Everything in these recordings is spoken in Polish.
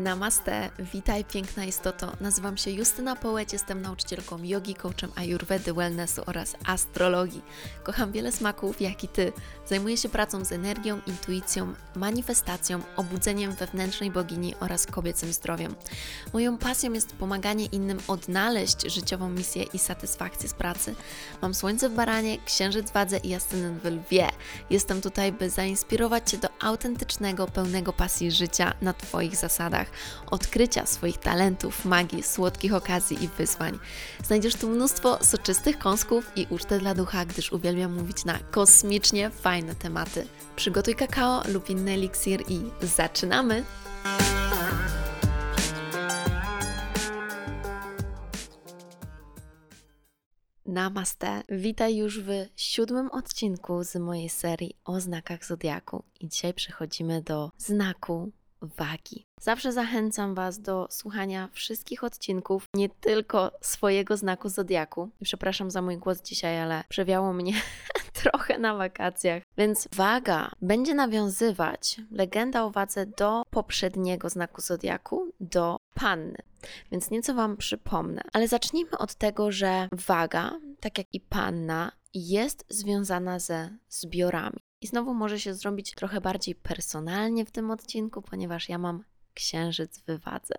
Namaste, witaj piękna istoto. Nazywam się Justyna Połeć, jestem nauczycielką jogi, coachem ayurvedy, wellnessu oraz astrologii. Kocham wiele smaków, jak i Ty. Zajmuję się pracą z energią, intuicją, manifestacją, obudzeniem wewnętrznej bogini oraz kobiecym zdrowiem. Moją pasją jest pomaganie innym odnaleźć życiową misję i satysfakcję z pracy. Mam słońce w baranie, księżyc w wadze i ascendent w lwie. Jestem tutaj, by zainspirować Cię do autentycznego, pełnego pasji życia na Twoich zasadach, odkrycia swoich talentów, magii, słodkich okazji i wyzwań. Znajdziesz tu mnóstwo soczystych kąsków i ucztę dla ducha, gdyż uwielbiam mówić na kosmicznie fajne tematy. Przygotuj kakao lub inny eliksir i zaczynamy! Namaste! Witaj już w 7. odcinku z mojej serii o znakach zodiaku i dzisiaj przechodzimy do znaku wagi. Zawsze zachęcam Was do słuchania wszystkich odcinków, nie tylko swojego znaku zodiaku. Przepraszam za mój głos dzisiaj, ale przewiało mnie trochę na wakacjach. Więc waga będzie nawiązywać, legenda o wadze, do poprzedniego znaku zodiaku, do panny. Więc nieco Wam przypomnę. Ale zacznijmy od tego, że waga, tak jak i panna, jest związana ze zbiorami. I znowu może się zrobić trochę bardziej personalnie w tym odcinku, ponieważ ja mam księżyc w wadze.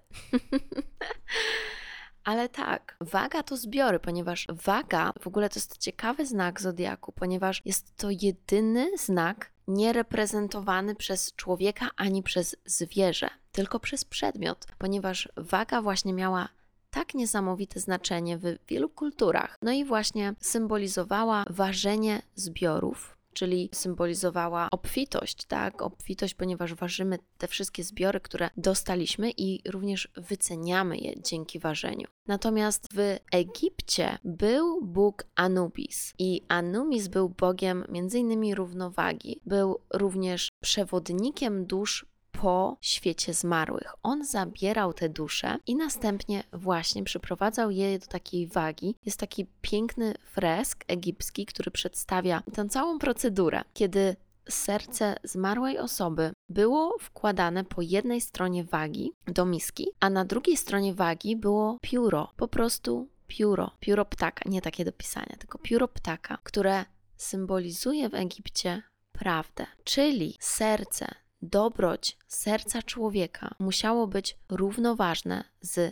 Ale tak, waga to zbiory, ponieważ waga w ogóle to jest ciekawy znak zodiaku, ponieważ jest to jedyny znak niereprezentowany przez człowieka ani przez zwierzę, tylko przez przedmiot, ponieważ waga właśnie miała tak niesamowite znaczenie w wielu kulturach. No i właśnie symbolizowała ważenie zbiorów, czyli symbolizowała obfitość, tak? Obfitość, ponieważ ważymy te wszystkie zbiory, które dostaliśmy i również wyceniamy je dzięki ważeniu. Natomiast w Egipcie był bóg Anubis i Anubis był bogiem m.in. równowagi. Był również przewodnikiem dusz po świecie zmarłych. On zabierał te dusze i następnie właśnie przyprowadzał je do takiej wagi. Jest taki piękny fresk egipski, który przedstawia tę całą procedurę, kiedy serce zmarłej osoby było wkładane po jednej stronie wagi do miski, a na drugiej stronie wagi było pióro, po prostu pióro ptaka, nie takie do pisania, tylko pióro ptaka, które symbolizuje w Egipcie prawdę, czyli serce, dobroć serca człowieka musiało być równoważne z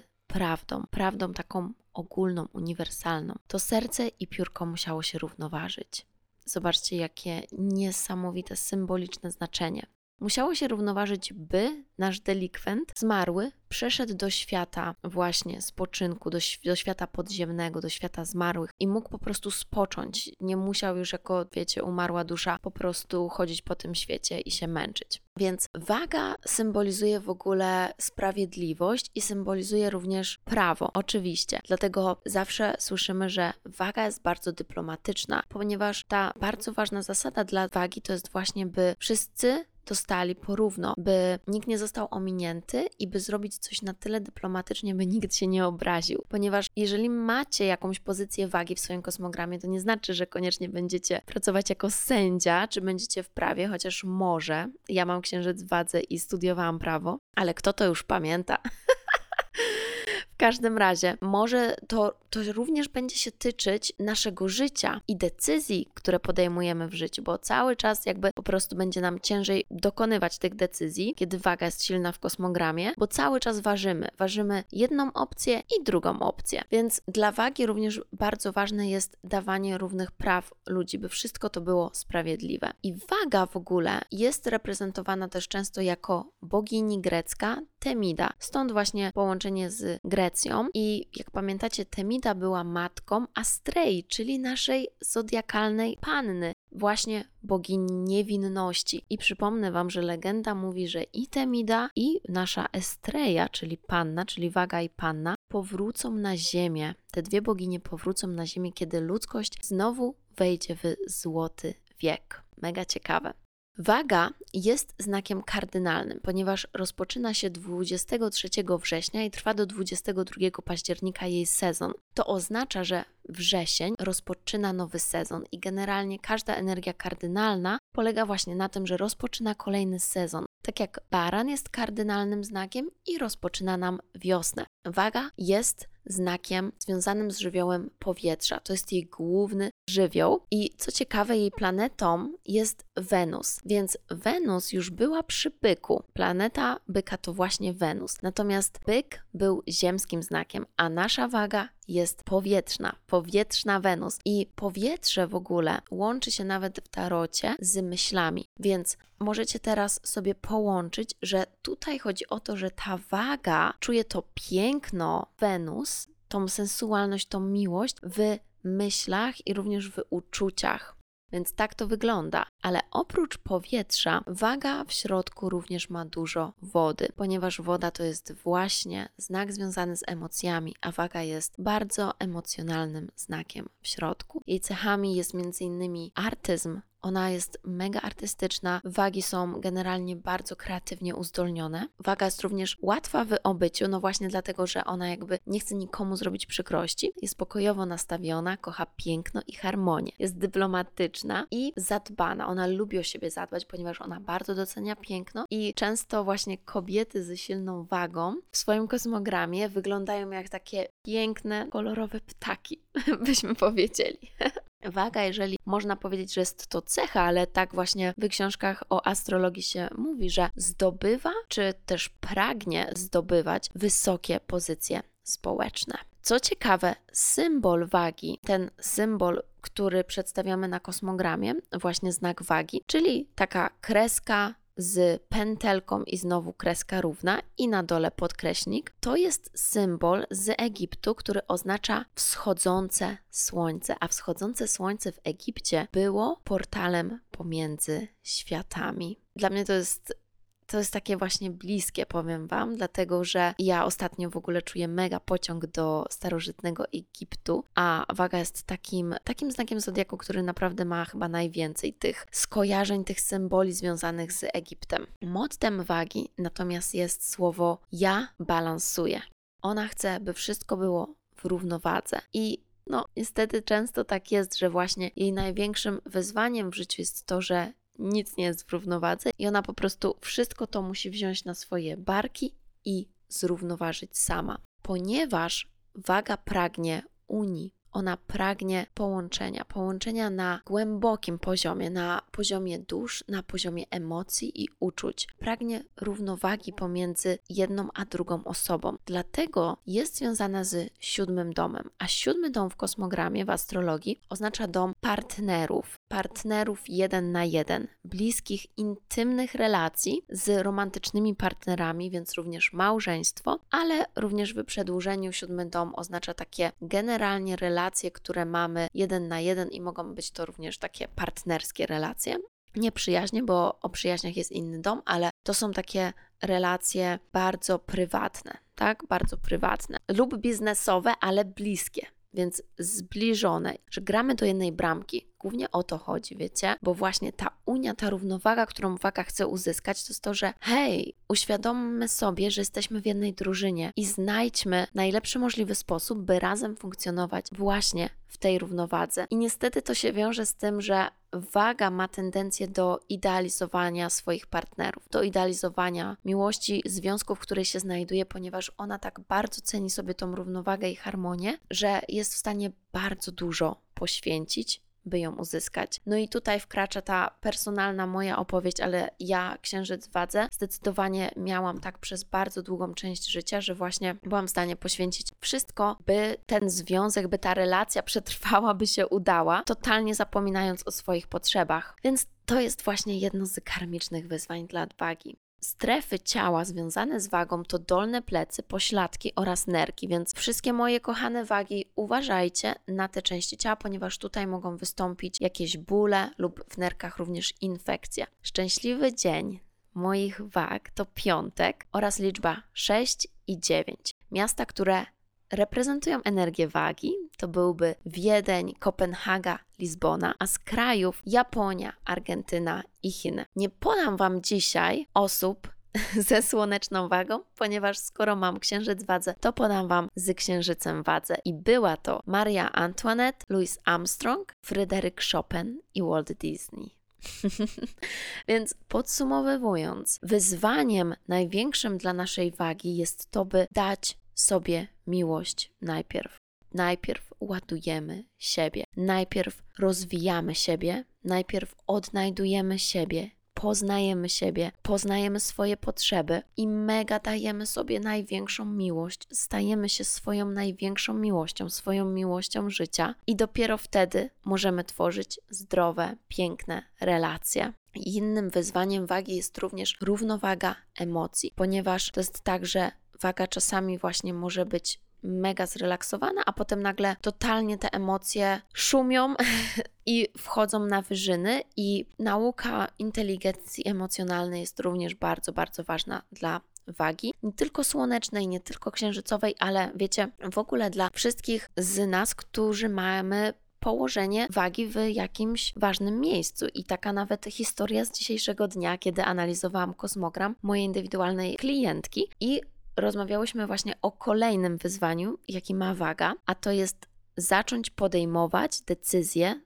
prawdą taką ogólną, uniwersalną. To serce i piórko musiało się równoważyć. Zobaczcie, jakie niesamowite, symboliczne znaczenie. Musiało się równoważyć, by nasz delikwent zmarły przeszedł do świata właśnie spoczynku, do świata podziemnego, do świata zmarłych i mógł po prostu spocząć. Nie musiał już jako, wiecie, umarła dusza po prostu chodzić po tym świecie i się męczyć. Więc waga symbolizuje w ogóle sprawiedliwość i symbolizuje również prawo, oczywiście. Dlatego zawsze słyszymy, że waga jest bardzo dyplomatyczna, ponieważ ta bardzo ważna zasada dla wagi to jest właśnie, by wszyscy dostali porówno, by nikt nie został ominięty i by zrobić coś na tyle dyplomatycznie, by nikt się nie obraził. Ponieważ jeżeli macie jakąś pozycję wagi w swoim kosmogramie, to nie znaczy, że koniecznie będziecie pracować jako sędzia, czy będziecie w prawie, chociaż może. Ja mam księżyc w wadze i studiowałam prawo, ale kto to już pamięta? W każdym razie, może to również będzie się tyczyć naszego życia i decyzji, które podejmujemy w życiu, bo cały czas jakby po prostu będzie nam ciężej dokonywać tych decyzji, kiedy waga jest silna w kosmogramie, bo cały czas ważymy jedną opcję i drugą opcję. Więc dla wagi również bardzo ważne jest dawanie równych praw ludzi, by wszystko to było sprawiedliwe. I waga w ogóle jest reprezentowana też często jako bogini grecka Temida, stąd właśnie połączenie z Grecją i jak pamiętacie, Temida była matką Astrei, czyli naszej zodiakalnej panny, właśnie bogini niewinności. I przypomnę Wam, że legenda mówi, że i Temida, i nasza Estreja, czyli panna, czyli waga i panna, powrócą na ziemię. Te dwie boginie powrócą na ziemię, kiedy ludzkość znowu wejdzie w złoty wiek. Mega ciekawe. Waga jest znakiem kardynalnym, ponieważ rozpoczyna się 23 września i trwa do 22 października jej sezon. To oznacza, że wrzesień rozpoczyna nowy sezon i generalnie każda energia kardynalna polega właśnie na tym, że rozpoczyna kolejny sezon. Tak jak baran jest kardynalnym znakiem i rozpoczyna nam wiosnę. Waga jest znakiem związanym z żywiołem powietrza. To jest jej główny żywioł i co ciekawe, jej planetą jest Wenus, więc Wenus już była przy byku. Planeta byka to właśnie Wenus. Natomiast byk był ziemskim znakiem, a nasza waga jest powietrzna Wenus. I powietrze w ogóle łączy się nawet w tarocie z myślami, więc możecie teraz sobie połączyć, że tutaj chodzi o to, że ta waga czuje to piękno Wenus, tą sensualność, tą miłość w myślach i również w uczuciach. Więc tak to wygląda. Ale oprócz powietrza, waga w środku również ma dużo wody, ponieważ woda to jest właśnie znak związany z emocjami, a waga jest bardzo emocjonalnym znakiem w środku. Jej cechami jest m.in. artyzm. Ona jest mega artystyczna, wagi są generalnie bardzo kreatywnie uzdolnione. Waga jest również łatwa w obyciu, no właśnie dlatego, że ona jakby nie chce nikomu zrobić przykrości. Jest pokojowo nastawiona, kocha piękno i harmonię. Jest dyplomatyczna i zadbana. Ona lubi o siebie zadbać, ponieważ ona bardzo docenia piękno i często właśnie kobiety ze silną wagą w swoim kosmogramie wyglądają jak takie piękne, kolorowe ptaki, byśmy powiedzieli. Waga, jeżeli można powiedzieć, że jest to cecha, ale tak właśnie w książkach o astrologii się mówi, że zdobywa, czy też pragnie zdobywać wysokie pozycje społeczne. Co ciekawe, symbol wagi, ten symbol, który przedstawiamy na kosmogramie, właśnie znak wagi, czyli taka kreska z pętelką i znowu kreska równa i na dole podkreśnik. To jest symbol z Egiptu, który oznacza wschodzące słońce, a wschodzące słońce w Egipcie było portalem pomiędzy światami. Dla mnie to jest takie właśnie bliskie, powiem Wam, dlatego że ja ostatnio w ogóle czuję mega pociąg do starożytnego Egiptu, a waga jest takim znakiem zodiaku, który naprawdę ma chyba najwięcej tych skojarzeń, tych symboli związanych z Egiptem. Mottem wagi natomiast jest słowo ja balansuję. Ona chce, by wszystko było w równowadze i niestety często tak jest, że właśnie jej największym wyzwaniem w życiu jest to, że nic nie jest w równowadze i ona po prostu wszystko to musi wziąć na swoje barki i zrównoważyć sama. Ponieważ waga pragnie unii, ona pragnie połączenia na głębokim poziomie, na poziomie dusz, na poziomie emocji i uczuć. Pragnie równowagi pomiędzy jedną a drugą osobą. Dlatego jest związana z 7 domem, a 7 dom w kosmogramie, w astrologii oznacza dom partnerów 1 na 1, bliskich, intymnych relacji z romantycznymi partnerami, więc również małżeństwo, ale również w przedłużeniu 7 dom oznacza takie generalnie relacje, które mamy 1 na 1 i mogą być to również takie partnerskie relacje. Nie przyjaźnie, bo o przyjaźniach jest inny dom, ale to są takie relacje bardzo prywatne, tak? Bardzo prywatne lub biznesowe, ale bliskie. Więc zbliżone, że gramy do jednej bramki. Głównie o to chodzi, wiecie? Bo właśnie ta unia, ta równowaga, którą waga chce uzyskać, to jest to, że hej, uświadommy sobie, że jesteśmy w jednej drużynie i znajdźmy najlepszy możliwy sposób, by razem funkcjonować właśnie w tej równowadze. I niestety to się wiąże z tym, że waga ma tendencję do idealizowania swoich partnerów, do idealizowania miłości, związku, w której się znajduje, ponieważ ona tak bardzo ceni sobie tą równowagę i harmonię, że jest w stanie bardzo dużo poświęcić, by ją uzyskać. No i tutaj wkracza ta personalna moja opowieść, ale ja, księżyc w wadze, zdecydowanie miałam tak przez bardzo długą część życia, że właśnie byłam w stanie poświęcić wszystko, by ten związek, by ta relacja przetrwała, by się udała, totalnie zapominając o swoich potrzebach. Więc to jest właśnie jedno z karmicznych wyzwań dla wagi. Strefy ciała związane z wagą to dolne plecy, pośladki oraz nerki, więc wszystkie moje kochane wagi, uważajcie na te części ciała, ponieważ tutaj mogą wystąpić jakieś bóle lub w nerkach również infekcje. Szczęśliwy dzień moich wag to piątek oraz liczba 6 i 9. Miasta, które reprezentują energię wagi, to byłby Wiedeń, Kopenhaga, Lizbona, a z krajów Japonia, Argentyna i Chiny. Nie podam Wam dzisiaj osób ze słoneczną wagą, ponieważ skoro mam księżyc w wadze, to podam Wam z księżycem w wadze. I była to Maria Antoinette, Louis Armstrong, Fryderyk Chopin i Walt Disney. Więc podsumowując, wyzwaniem największym dla naszej wagi jest to, by dać sobie miłość najpierw. Najpierw ładujemy siebie, najpierw rozwijamy siebie, najpierw odnajdujemy siebie, poznajemy swoje potrzeby i mega dajemy sobie największą miłość, stajemy się swoją największą miłością, swoją miłością życia i dopiero wtedy możemy tworzyć zdrowe, piękne relacje. Innym wyzwaniem wagi jest również równowaga emocji, ponieważ to jest tak, że waga czasami właśnie może być mega zrelaksowana, a potem nagle totalnie te emocje szumią i wchodzą na wyżyny i nauka inteligencji emocjonalnej jest również bardzo, bardzo ważna dla wagi. Nie tylko słonecznej, nie tylko księżycowej, ale wiecie, w ogóle dla wszystkich z nas, którzy mamy położenie wagi w jakimś ważnym miejscu. I taka nawet historia z dzisiejszego dnia, kiedy analizowałam kosmogram mojej indywidualnej klientki i rozmawiałyśmy właśnie o kolejnym wyzwaniu, jaki ma waga, a to jest zacząć podejmować decyzje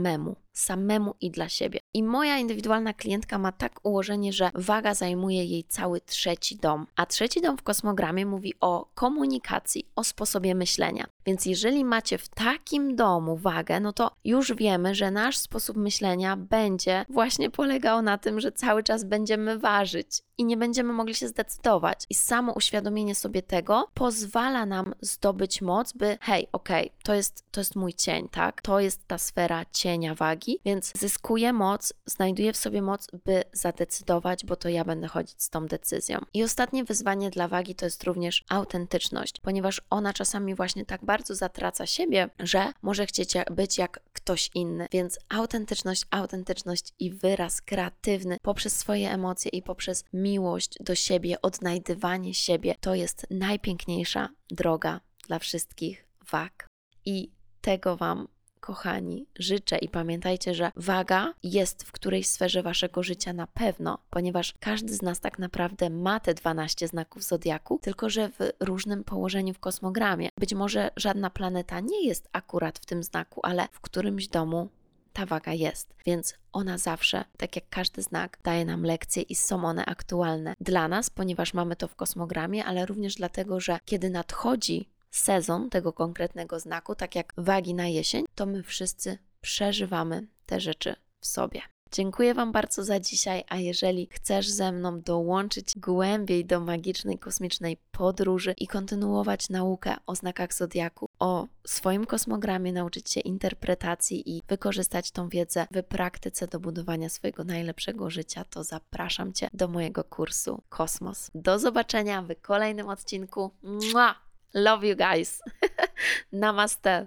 samemu i dla siebie. I moja indywidualna klientka ma tak ułożenie, że waga zajmuje jej cały trzeci dom. A trzeci dom w kosmogramie mówi o komunikacji, o sposobie myślenia. Więc jeżeli macie w takim domu wagę, no to już wiemy, że nasz sposób myślenia będzie właśnie polegał na tym, że cały czas będziemy ważyć i nie będziemy mogli się zdecydować. I samo uświadomienie sobie tego pozwala nam zdobyć moc, by hej, okej, to jest mój cień, tak? To jest ta sfera cienia wagi, więc zyskuję moc, znajduję w sobie moc, by zadecydować, bo to ja będę chodzić z tą decyzją. I ostatnie wyzwanie dla wagi to jest również autentyczność, ponieważ ona czasami właśnie tak bardzo zatraca siebie, że może chcieć być jak ktoś inny. Więc autentyczność i wyraz kreatywny poprzez swoje emocje i poprzez miłość do siebie, odnajdywanie siebie, to jest najpiękniejsza droga dla wszystkich wag. I tego Wam, kochani, życzę i pamiętajcie, że waga jest w którejś sferze Waszego życia na pewno, ponieważ każdy z nas tak naprawdę ma te 12 znaków zodiaku, tylko że w różnym położeniu w kosmogramie. Być może żadna planeta nie jest akurat w tym znaku, ale w którymś domu ta waga jest, więc ona zawsze, tak jak każdy znak, daje nam lekcje i są one aktualne dla nas, ponieważ mamy to w kosmogramie, ale również dlatego, że kiedy nadchodzi sezon tego konkretnego znaku, tak jak wagi na jesień, to my wszyscy przeżywamy te rzeczy w sobie. Dziękuję Wam bardzo za dzisiaj, a jeżeli chcesz ze mną dołączyć głębiej do magicznej, kosmicznej podróży i kontynuować naukę o znakach zodiaku, o swoim kosmogramie, nauczyć się interpretacji i wykorzystać tą wiedzę w praktyce do budowania swojego najlepszego życia, to zapraszam Cię do mojego kursu Kosmos. Do zobaczenia w kolejnym odcinku. Mua! Love you guys. Namaste.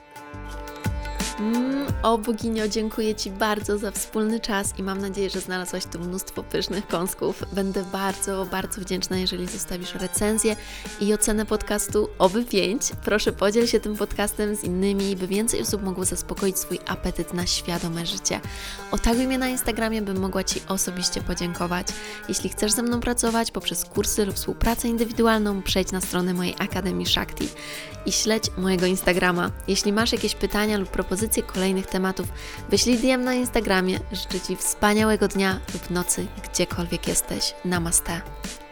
O boginio, dziękuję Ci bardzo za wspólny czas i mam nadzieję, że znalazłaś tu mnóstwo pysznych kąsków. Będę bardzo, bardzo wdzięczna, jeżeli zostawisz recenzję i ocenę podcastu, oby 5. Proszę, podziel się tym podcastem z innymi, by więcej osób mogło zaspokoić swój apetyt na świadome życie. Otaguj mnie na Instagramie, bym mogła Ci osobiście podziękować. Jeśli chcesz ze mną pracować poprzez kursy lub współpracę indywidualną, przejdź na stronę mojej Akademii Shakti i śledź mojego Instagrama. Jeśli masz jakieś pytania lub propozycje kolejnych tematów, wyślij DM na Instagramie. Życzę Ci wspaniałego dnia lub nocy, gdziekolwiek jesteś. Namaste.